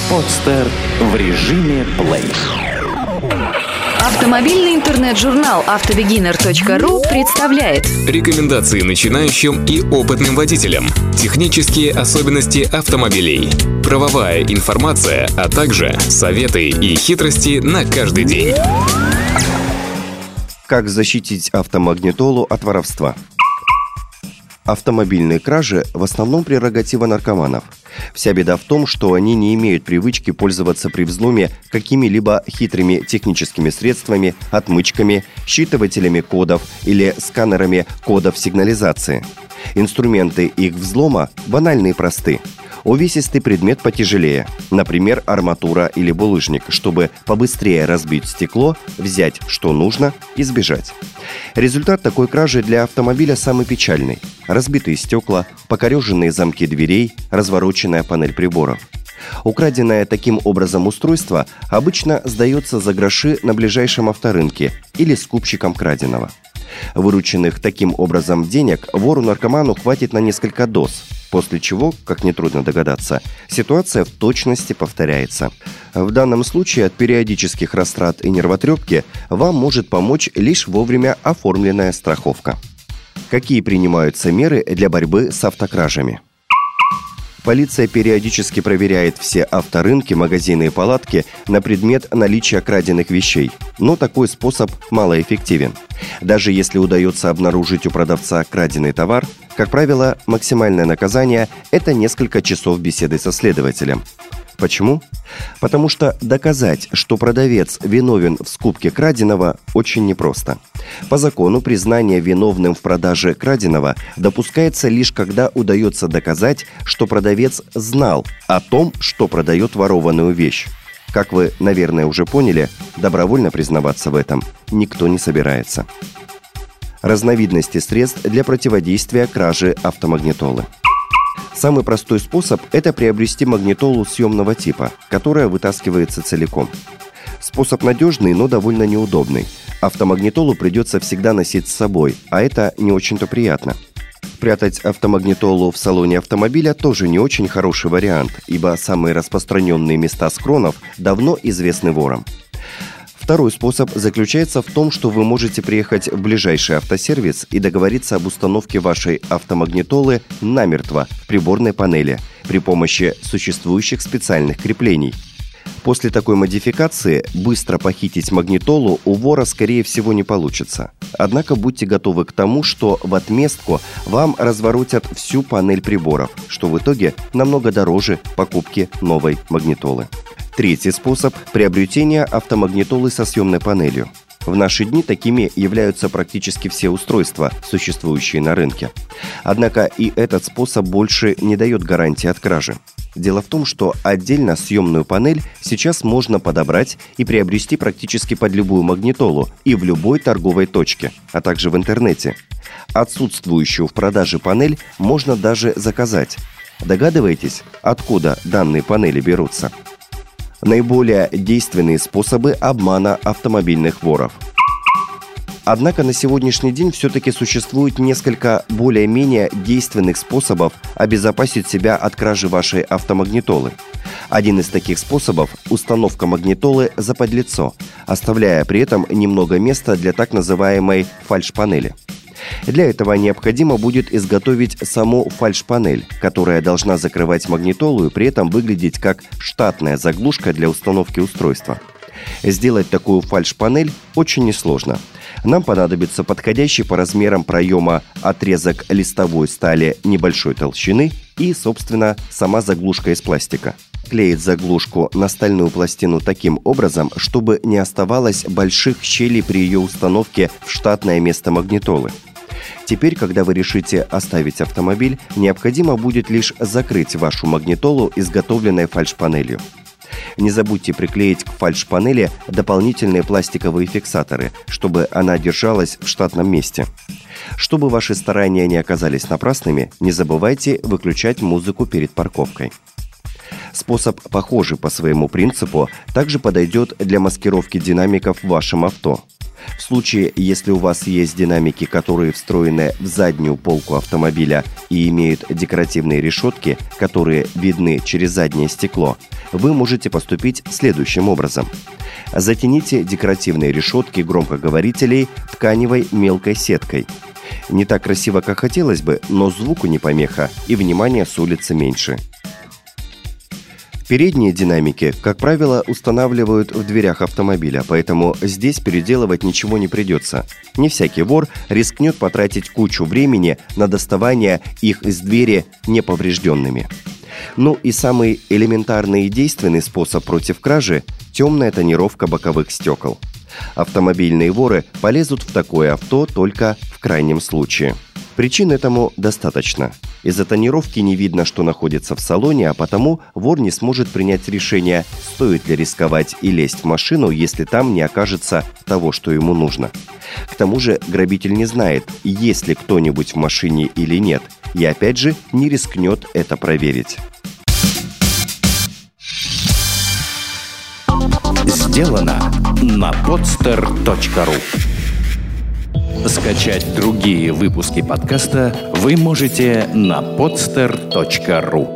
Подстер в режиме плей. Автомобильный интернет-журнал автобегинер.ру представляет рекомендации начинающим и опытным водителям, технические особенности автомобилей, правовая информация, а также советы и хитрости на каждый день. Как защитить автомагнитолу от воровства? Автомобильные кражи в основном прерогатива наркоманов. Вся беда в том, что они не имеют привычки пользоваться при взломе какими-либо хитрыми техническими средствами, отмычками, считывателями кодов или сканерами кодов сигнализации. Инструменты их взлома банальны и просты. Увесистый предмет потяжелее, например, арматура или булыжник, чтобы побыстрее разбить стекло, взять, что нужно, и сбежать. Результат такой кражи для автомобиля самый печальный. Разбитые стекла, покореженные замки дверей, развороченная панель приборов. Украденное таким образом устройство обычно сдается за гроши на ближайшем авторынке или скупщикам краденого. Вырученных таким образом денег вору-наркоману хватит на несколько доз, после чего, как нетрудно догадаться, ситуация в точности повторяется. В данном случае от периодических растрат и нервотрепки вам может помочь лишь вовремя оформленная страховка. Какие принимаются меры для борьбы с автокражами? Полиция периодически проверяет все авторынки, магазины и палатки на предмет наличия краденных вещей. Но такой способ малоэффективен. Даже если удается обнаружить у продавца краденый товар, как правило, максимальное наказание – это несколько часов беседы со следователем. Почему? Потому что доказать, что продавец виновен в скупке краденого, очень непросто. По закону признание виновным в продаже краденого допускается лишь когда удается доказать, что продавец знал о том, что продает ворованную вещь. Как вы, наверное, уже поняли, добровольно признаваться в этом никто не собирается. Разновидности средств для противодействия краже автомагнитолы. Самый простой способ – это приобрести магнитолу съемного типа, которая вытаскивается целиком. Способ надежный, но довольно неудобный. Автомагнитолу придется всегда носить с собой, а это не очень-то приятно. Прятать автомагнитолу в салоне автомобиля тоже не очень хороший вариант, ибо самые распространенные места скронов давно известны ворам. Второй способ заключается в том, что вы можете приехать в ближайший автосервис и договориться об установке вашей автомагнитолы намертво в приборной панели при помощи существующих специальных креплений. После такой модификации быстро похитить магнитолу у вора, скорее всего, не получится. Однако будьте готовы к тому, что в отместку вам разворотят всю панель приборов, что в итоге намного дороже покупки новой магнитолы. Третий способ – приобретение автомагнитолы со съемной панелью. В наши дни такими являются практически все устройства, существующие на рынке. Однако и этот способ больше не дает гарантии от кражи. Дело в том, что отдельно съемную панель сейчас можно подобрать и приобрести практически под любую магнитолу и в любой торговой точке, а также в интернете. Отсутствующую в продаже панель можно даже заказать. Догадываетесь, откуда данные панели берутся? Наиболее действенные способы обмана автомобильных воров. Однако на сегодняшний день все-таки существует несколько более-менее действенных способов обезопасить себя от кражи вашей автомагнитолы. Один из таких способов – установка магнитолы заподлицо, оставляя при этом немного места для так называемой фальш-панели. Для этого необходимо будет изготовить саму фальш-панель, которая должна закрывать магнитолу и при этом выглядеть как штатная заглушка для установки устройства. Сделать такую фальш-панель очень несложно. Нам понадобится подходящий по размерам проема отрезок листовой стали небольшой толщины и, собственно, сама заглушка из пластика. Клеить заглушку на стальную пластину таким образом, чтобы не оставалось больших щелей при ее установке в штатное место магнитолы. Теперь, когда вы решите оставить автомобиль, необходимо будет лишь закрыть вашу магнитолу изготовленной фальш-панелью. Не забудьте приклеить к фальш-панели дополнительные пластиковые фиксаторы, чтобы она держалась в штатном месте. Чтобы ваши старания не оказались напрасными, не забывайте выключать музыку перед парковкой. Способ, похожий по своему принципу, также подойдет для маскировки динамиков в вашем авто. В случае, если у вас есть динамики, которые встроены в заднюю полку автомобиля и имеют декоративные решетки, которые видны через заднее стекло, вы можете поступить следующим образом. Затяните декоративные решетки громкоговорителей тканевой мелкой сеткой. Не так красиво, как хотелось бы, но звуку не помеха и внимания с улицы меньше. Передние динамики, как правило, устанавливают в дверях автомобиля, поэтому здесь переделывать ничего не придется. Не всякий вор рискнет потратить кучу времени на доставание их из двери неповрежденными. Ну и самый элементарный и действенный способ против кражи – темная тонировка боковых стекол. Автомобильные воры полезут в такое авто только в крайнем случае. Причин этому достаточно. Из-за тонировки не видно, что находится в салоне, а потому вор не сможет принять решение, стоит ли рисковать и лезть в машину, если там не окажется того, что ему нужно. К тому же грабитель не знает, есть ли кто-нибудь в машине или нет, и опять же не рискнет это проверить. Сделано на podster.ru. Скачать другие выпуски подкаста вы можете на podster.ru.